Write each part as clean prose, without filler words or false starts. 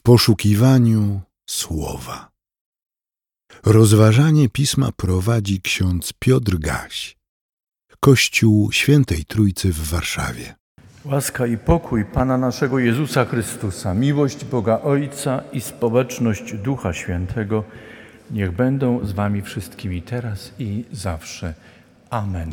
poszukiwaniu słowa. Rozważanie Pisma prowadzi ksiądz Piotr Gaś, Kościół Świętej Trójcy w Warszawie. Łaska i pokój Pana naszego Jezusa Chrystusa, miłość Boga Ojca i społeczność Ducha Świętego niech będą z wami wszystkimi teraz i zawsze. Amen.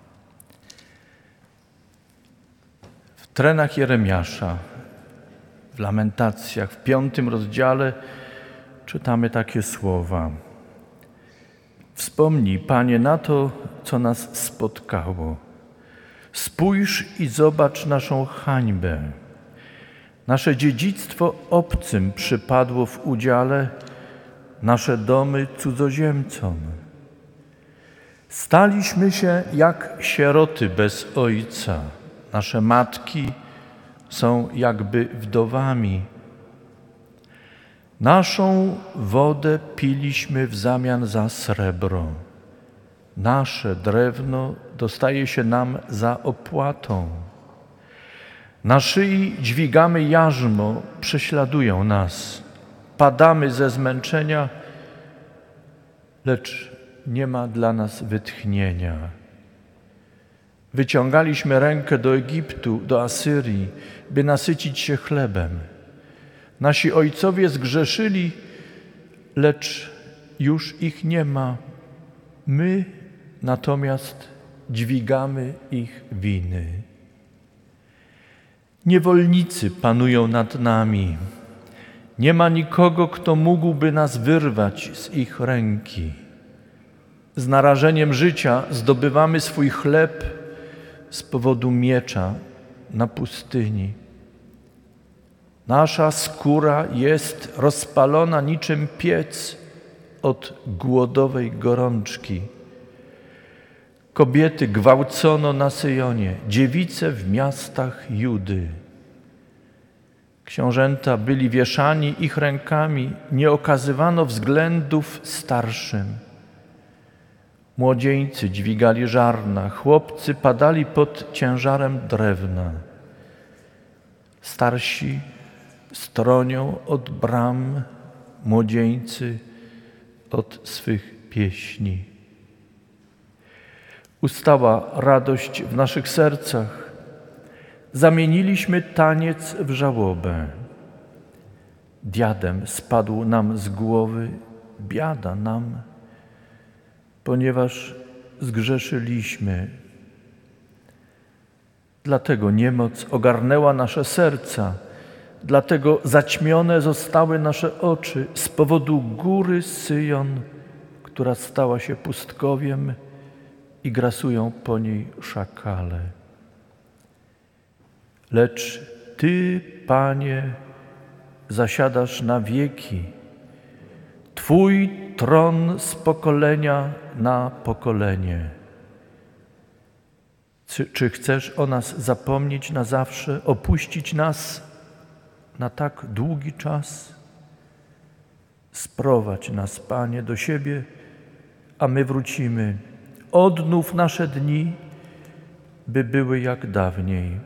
W trenach Jeremiasza, w lamentacjach, w 5 rozdziale czytamy takie słowa. Wspomnij, Panie, na to, co nas spotkało. Spójrz i zobacz naszą hańbę. Nasze dziedzictwo obcym przypadło w udziale, nasze domy cudzoziemcom. Staliśmy się jak sieroty bez ojca. Nasze matki są jakby wdowami. Naszą wodę piliśmy w zamian za srebro. Nasze drewno dostaje się nam za opłatą. Na szyi dźwigamy jarzmo, prześladują nas. Padamy ze zmęczenia, lecz nie ma dla nas wytchnienia. Wyciągaliśmy rękę do Egiptu, do Asyrii, by nasycić się chlebem. Nasi ojcowie zgrzeszyli, lecz już ich nie ma. My natomiast dźwigamy ich winy. Niewolnicy panują nad nami. Nie ma nikogo, kto mógłby nas wyrwać z ich ręki. Z narażeniem życia zdobywamy swój chleb z powodu miecza na pustyni. Nasza skóra jest rozpalona niczym piec od głodowej gorączki. Kobiety gwałcono na Syjonie, dziewice w miastach Judy. Książęta byli wieszani ich rękami, nie okazywano względów starszym. Młodzieńcy dźwigali żarna, chłopcy padali pod ciężarem drewna. Starsi stronią od bram, młodzieńcy od swych pieśni. Ustała radość w naszych sercach. Zamieniliśmy taniec w żałobę. Diadem spadł nam z głowy, biada nam, ponieważ zgrzeszyliśmy. Dlatego niemoc ogarnęła nasze serca, dlatego zaćmione zostały nasze oczy z powodu góry Syjon, która stała się pustkowiem i grasują po niej szakale. Lecz Ty, Panie, zasiadasz na wieki. Twój tron z pokolenia na pokolenie. Czy chcesz o nas zapomnieć na zawsze, opuścić nas na tak długi czas? Sprowadź nas, Panie, do siebie, a my wrócimy. Odnów nasze dni, by były jak dawniej.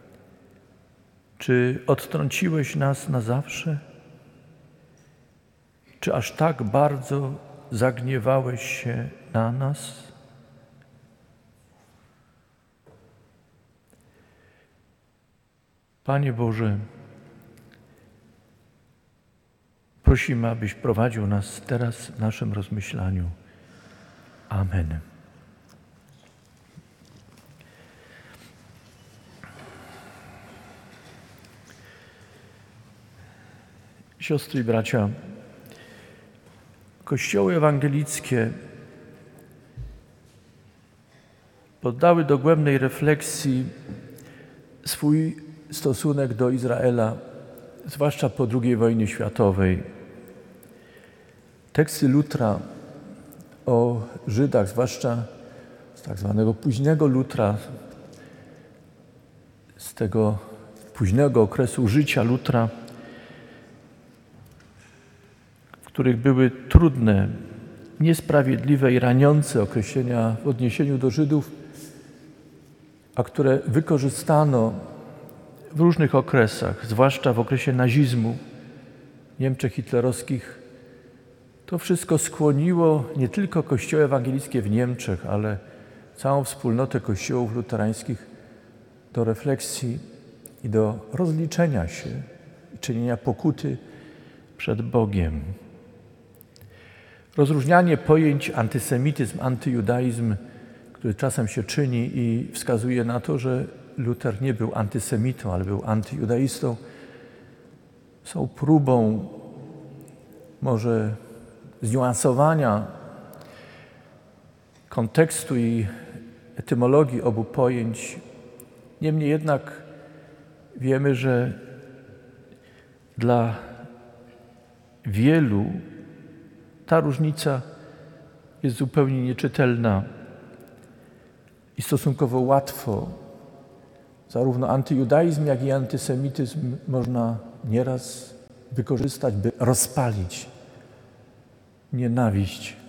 Czy odtrąciłeś nas na zawsze? Czy aż tak bardzo zagniewałeś się na nas? Panie Boże, prosimy, abyś prowadził nas teraz w naszym rozmyślaniu. Amen. Siostry i bracia, Kościoły ewangelickie poddały dogłębnej refleksji swój stosunek do Izraela, zwłaszcza po II wojnie światowej. Teksty Lutra o Żydach, zwłaszcza z tak zwanego późnego Lutra, z tego późnego okresu życia Lutra, w których były trudne, niesprawiedliwe i raniące określenia w odniesieniu do Żydów, a które wykorzystano w różnych okresach, zwłaszcza w okresie nazizmu, Niemczech hitlerowskich, to wszystko skłoniło nie tylko kościoły ewangelickie w Niemczech, ale całą wspólnotę kościołów luterańskich do refleksji i do rozliczenia się i czynienia pokuty przed Bogiem. Rozróżnianie pojęć antysemityzm, antyjudaizm, który czasem się czyni i wskazuje na to, że Luter nie był antysemitą, ale był antyjudaistą, są próbą może zniuansowania kontekstu i etymologii obu pojęć. Niemniej jednak wiemy, że dla wielu ta różnica jest zupełnie nieczytelna i stosunkowo łatwo zarówno antyjudaizm, jak i antysemityzm można nieraz wykorzystać, by rozpalić nienawiść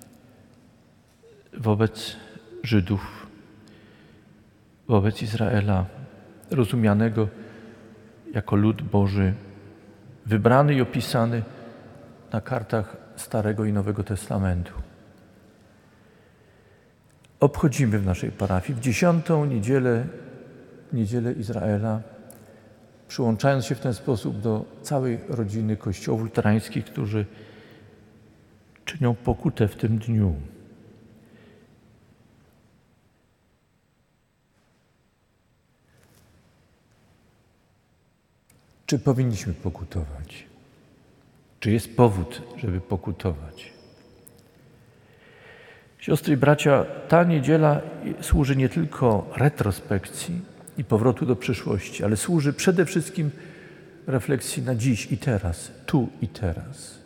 wobec Żydów, wobec Izraela, rozumianego jako lud Boży, wybrany i opisany na kartach Starego i Nowego Testamentu. Obchodzimy w naszej parafii w 10. niedzielę Izraela, przyłączając się w ten sposób do całej rodziny kościołów luterańskich, którzy czynią pokutę w tym dniu. Czy powinniśmy pokutować? Czy jest powód, żeby pokutować? Siostry i bracia, ta niedziela służy nie tylko retrospekcji i powrotu do przeszłości, ale służy przede wszystkim refleksji na dziś i teraz, tu i teraz.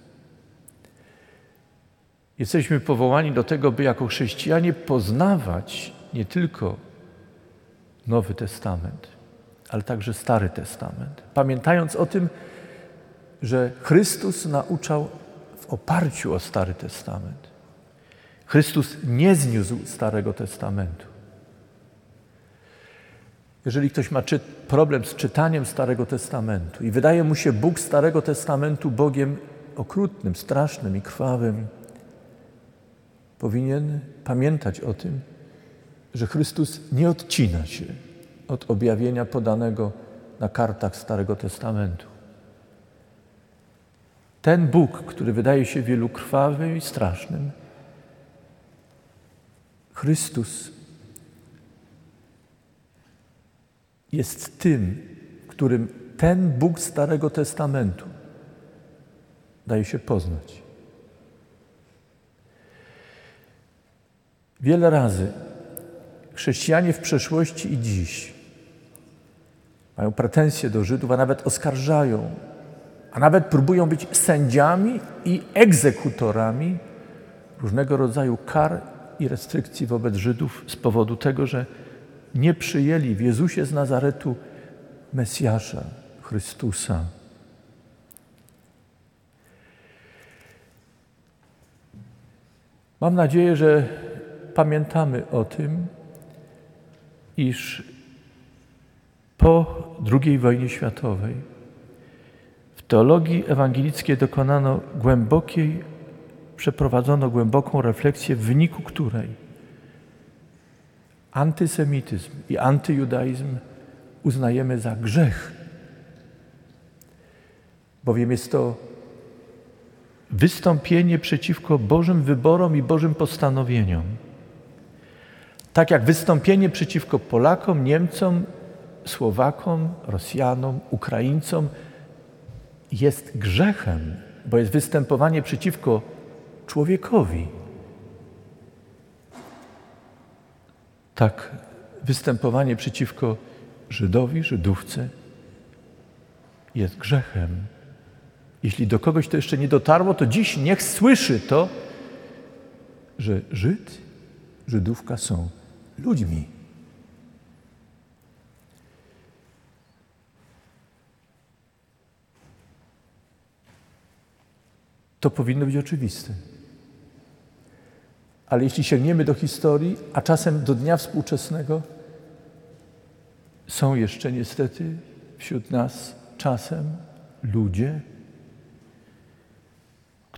Jesteśmy powołani do tego, by jako chrześcijanie poznawać nie tylko Nowy Testament, ale także Stary Testament. Pamiętając o tym, że Chrystus nauczał w oparciu o Stary Testament. Chrystus nie zniósł Starego Testamentu. Jeżeli ktoś ma problem z czytaniem Starego Testamentu i wydaje mu się Bóg Starego Testamentu Bogiem okrutnym, strasznym i krwawym, powinien pamiętać o tym, że Chrystus nie odcina się od objawienia podanego na kartach Starego Testamentu. Ten Bóg, który wydaje się wielu krwawym i strasznym, Chrystus jest tym, którym ten Bóg Starego Testamentu daje się poznać. Wiele razy chrześcijanie w przeszłości i dziś mają pretensje do Żydów, a nawet oskarżają, a nawet próbują być sędziami i egzekutorami różnego rodzaju kar i restrykcji wobec Żydów z powodu tego, że nie przyjęli w Jezusie z Nazaretu Mesjasza, Chrystusa. Mam nadzieję, że pamiętamy o tym, iż po II wojnie światowej w teologii ewangelickiej przeprowadzono głęboką refleksję, w wyniku której antysemityzm i antyjudaizm uznajemy za grzech, bowiem jest to wystąpienie przeciwko Bożym wyborom i Bożym postanowieniom. Tak jak wystąpienie przeciwko Polakom, Niemcom, Słowakom, Rosjanom, Ukraińcom jest grzechem, bo jest występowanie przeciwko człowiekowi. Tak, występowanie przeciwko Żydowi, Żydówce jest grzechem. Jeśli do kogoś to jeszcze nie dotarło, to dziś niech słyszy to, że Żyd, Żydówka są ludźmi. To powinno być oczywiste. Ale jeśli sięgniemy do historii, a czasem do dnia współczesnego, są jeszcze niestety wśród nas czasem ludzie,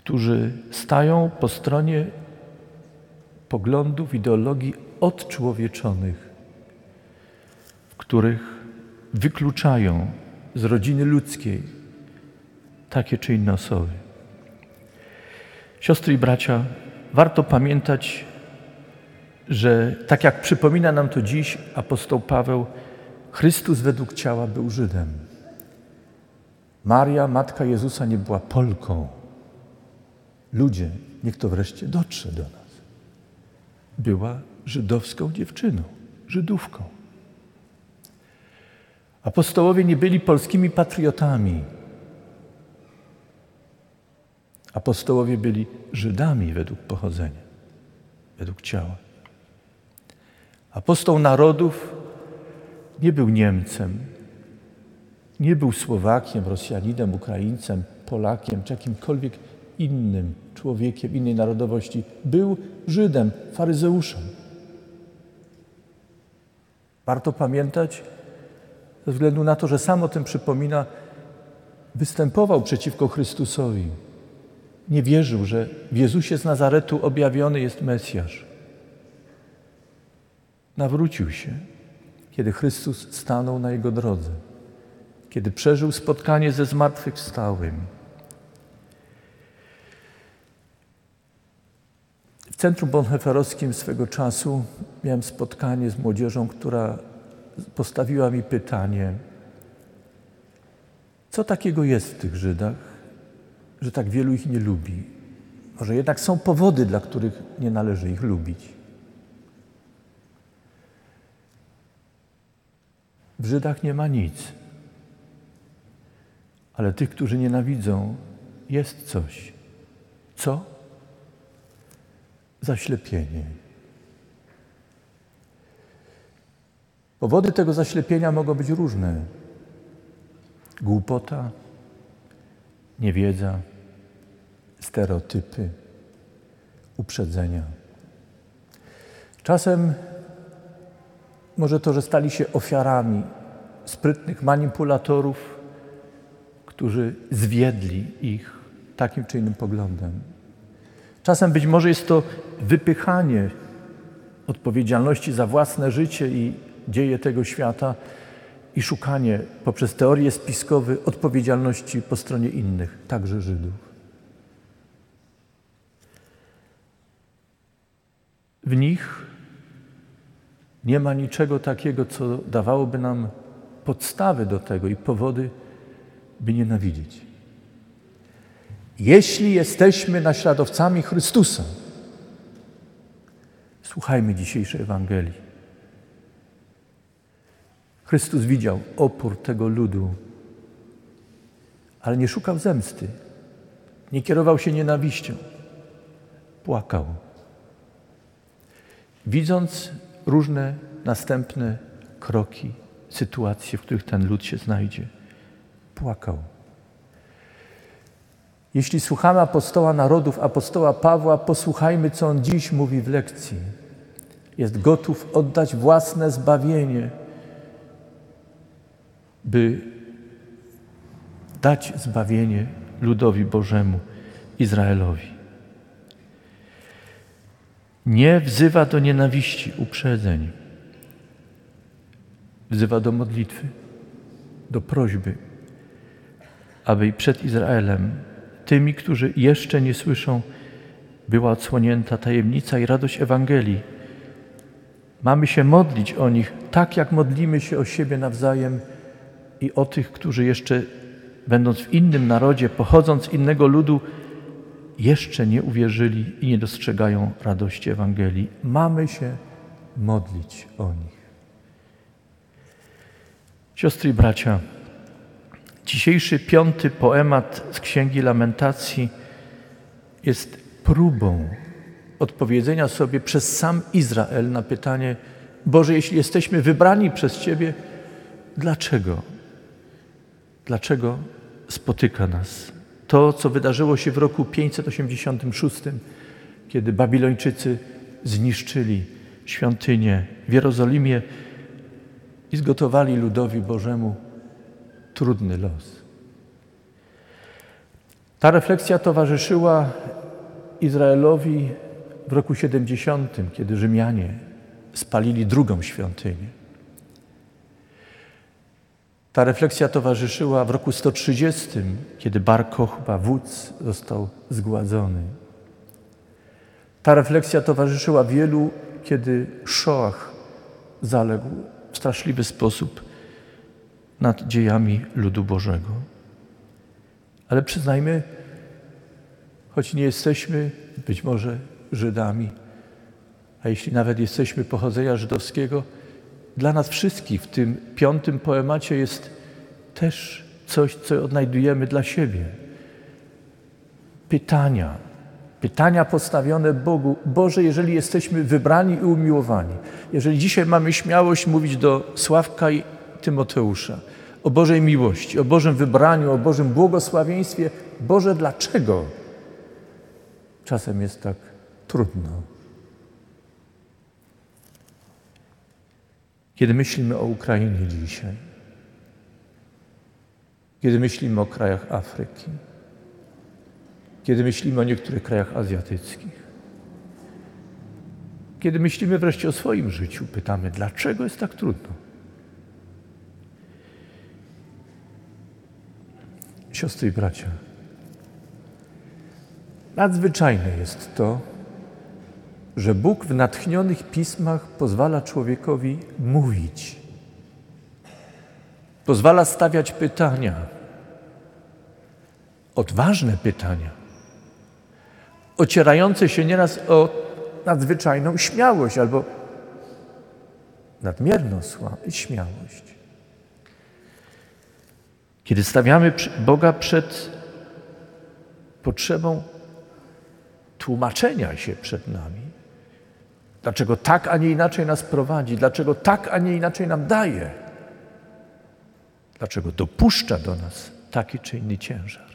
którzy stają po stronie poglądów, ideologii odczłowieczonych, w których wykluczają z rodziny ludzkiej takie czy inne osoby. Siostry i bracia, warto pamiętać, że tak jak przypomina nam to dziś apostoł Paweł, Chrystus według ciała był Żydem. Maria, matka Jezusa, nie była Polką. Ludzie, niech to wreszcie dotrze do nas. Była żydowską dziewczyną, Żydówką. Apostołowie nie byli polskimi patriotami. Apostołowie byli Żydami według pochodzenia, według ciała. Apostoł narodów nie był Niemcem, nie był Słowakiem, Rosjaninem, Ukraińcem, Polakiem czy jakimkolwiek innym człowiekiem innej narodowości. Był Żydem, faryzeuszem. Warto pamiętać, ze względu na to, że sam o tym przypomina, występował przeciwko Chrystusowi. Nie wierzył, że w Jezusie z Nazaretu objawiony jest Mesjasz. Nawrócił się, kiedy Chrystus stanął na jego drodze, kiedy przeżył spotkanie ze zmartwychwstałym. W Centrum Bonhoefferowskim swego czasu miałem spotkanie z młodzieżą, która postawiła mi pytanie, co takiego jest w tych Żydach, że tak wielu ich nie lubi. Może jednak są powody, dla których nie należy ich lubić. W Żydach nie ma nic, ale tych, którzy nienawidzą, jest coś. Co? Zaślepienie. Powody tego zaślepienia mogą być różne. Głupota, niewiedza, stereotypy, uprzedzenia. Czasem może to, że stali się ofiarami sprytnych manipulatorów, którzy zwiedli ich takim czy innym poglądem. Czasem być może jest to wypychanie odpowiedzialności za własne życie i dzieje tego świata i szukanie poprzez teorie spiskowe odpowiedzialności po stronie innych, także Żydów. W nich nie ma niczego takiego, co dawałoby nam podstawy do tego i powody, by nienawidzieć. Jeśli jesteśmy naśladowcami Chrystusa, słuchajmy dzisiejszej Ewangelii. Chrystus widział opór tego ludu, ale nie szukał zemsty, nie kierował się nienawiścią, płakał. Widząc różne następne kroki, sytuacje, w których ten lud się znajdzie, płakał. Jeśli słuchamy apostoła narodów, apostoła Pawła, posłuchajmy, co on dziś mówi w lekcji. Jest gotów oddać własne zbawienie, by dać zbawienie ludowi Bożemu, Izraelowi. Nie wzywa do nienawiści, uprzedzeń. Wzywa do modlitwy, do prośby, aby przed Izraelem, tymi, którzy jeszcze nie słyszą, była odsłonięta tajemnica i radość Ewangelii. Mamy się modlić o nich tak, jak modlimy się o siebie nawzajem i o tych, którzy jeszcze, będąc w innym narodzie, pochodząc z innego ludu, jeszcze nie uwierzyli i nie dostrzegają radości Ewangelii. Mamy się modlić o nich. Siostry i bracia, dzisiejszy 5. poemat z Księgi Lamentacji jest próbą odpowiedzenia sobie przez sam Izrael na pytanie: Boże, jeśli jesteśmy wybrani przez Ciebie, dlaczego? Dlaczego spotyka nas to, co wydarzyło się w roku 586, kiedy Babilończycy zniszczyli świątynię w Jerozolimie i zgotowali ludowi Bożemu trudny los. Ta refleksja towarzyszyła Izraelowi w roku 70, kiedy Rzymianie spalili drugą świątynię. Ta refleksja towarzyszyła w roku 130, kiedy Bar Kochba, wódz, został zgładzony. Ta refleksja towarzyszyła wielu, kiedy Szoach zaległ w straszliwy sposób nad dziejami ludu Bożego. Ale przyznajmy, choć nie jesteśmy być może Żydami, a jeśli nawet jesteśmy pochodzenia żydowskiego, dla nas wszystkich w tym 5. poemacie jest też coś, co odnajdujemy dla siebie. Pytania postawione Bogu. Boże, jeżeli jesteśmy wybrani i umiłowani, jeżeli dzisiaj mamy śmiałość mówić do Sławka i Tymoteusza o Bożej miłości, o Bożym wybraniu, o Bożym błogosławieństwie, Boże, dlaczego czasem jest tak trudno? Kiedy myślimy o Ukrainie dzisiaj, kiedy myślimy o krajach Afryki, kiedy myślimy o niektórych krajach azjatyckich, kiedy myślimy wreszcie o swoim życiu, pytamy, dlaczego jest tak trudno? Siostry i bracia, nadzwyczajne jest to, że Bóg w natchnionych pismach pozwala człowiekowi mówić. Pozwala stawiać pytania, odważne pytania, ocierające się nieraz o nadzwyczajną śmiałość albo nadmierną śmiałość. Kiedy stawiamy Boga przed potrzebą tłumaczenia się przed nami, dlaczego tak, a nie inaczej nas prowadzi, dlaczego tak, a nie inaczej nam daje, dlaczego dopuszcza do nas taki czy inny ciężar.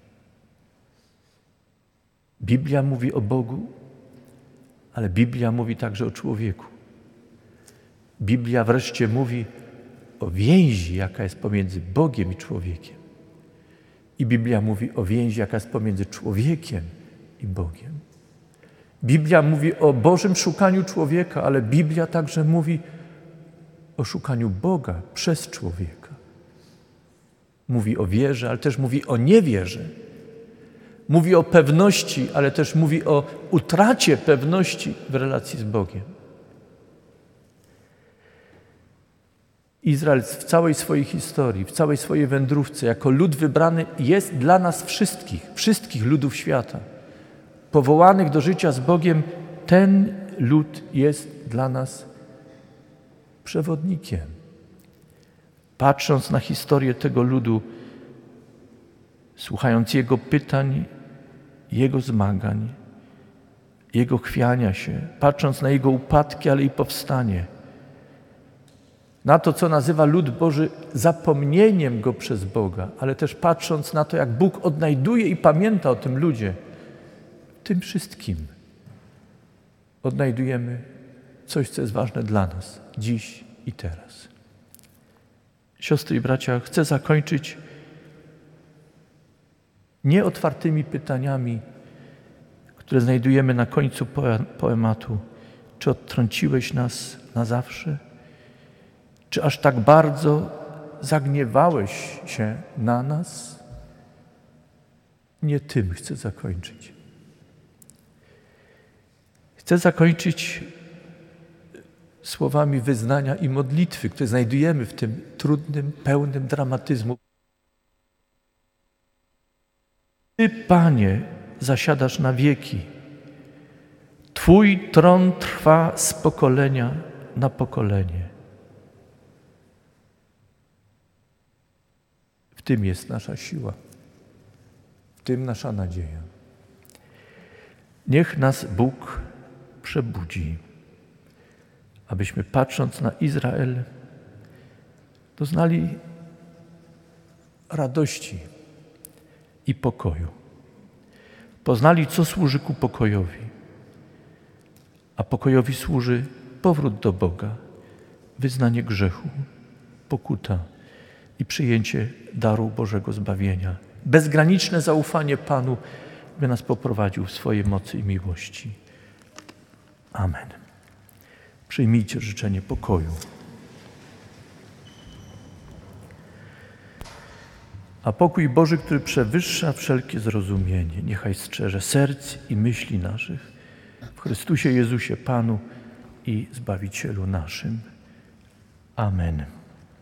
Biblia mówi o Bogu, ale Biblia mówi także o człowieku. Biblia wreszcie mówi o więzi, jaka jest pomiędzy Bogiem i człowiekiem. I Biblia mówi o więzi, jaka jest pomiędzy człowiekiem i Bogiem. Biblia mówi o Bożym szukaniu człowieka, ale Biblia także mówi o szukaniu Boga przez człowieka. Mówi o wierze, ale też mówi o niewierze. Mówi o pewności, ale też mówi o utracie pewności w relacji z Bogiem. Izrael w całej swojej historii, w całej swojej wędrówce, jako lud wybrany jest dla nas wszystkich ludów świata. Powołanych do życia z Bogiem, ten lud jest dla nas przewodnikiem. Patrząc na historię tego ludu, słuchając jego pytań, jego zmagań, jego chwiania się, patrząc na jego upadki, ale i powstanie, na to, co nazywa lud Boży zapomnieniem go przez Boga, ale też patrząc na to, jak Bóg odnajduje i pamięta o tym ludzie, tym wszystkim odnajdujemy coś, co jest ważne dla nas dziś i teraz. Siostry i bracia, chcę zakończyć nieotwartymi pytaniami, które znajdujemy na końcu poematu. Czy odtrąciłeś nas na zawsze? Czy aż tak bardzo zagniewałeś się na nas? Nie tym chcę zakończyć. Chcę zakończyć słowami wyznania i modlitwy, które znajdujemy w tym trudnym, pełnym dramatyzmu. Ty, Panie, zasiadasz na wieki. Twój tron trwa z pokolenia na pokolenie. W tym jest nasza siła, w tym nasza nadzieja. Niech nas Bóg przebudzi, abyśmy patrząc na Izrael doznali radości i pokoju. Poznali, co służy ku pokojowi. A pokojowi służy powrót do Boga, wyznanie grzechu, pokuta i przyjęcie daru Bożego zbawienia bezgraniczne zaufanie Panu, by nas poprowadził w swojej mocy i miłości. Amen. Przyjmijcie życzenie pokoju. A pokój Boży, który przewyższa wszelkie zrozumienie, niechaj strzeże serc i myśli naszych w Chrystusie Jezusie Panu i Zbawicielu naszym. Amen.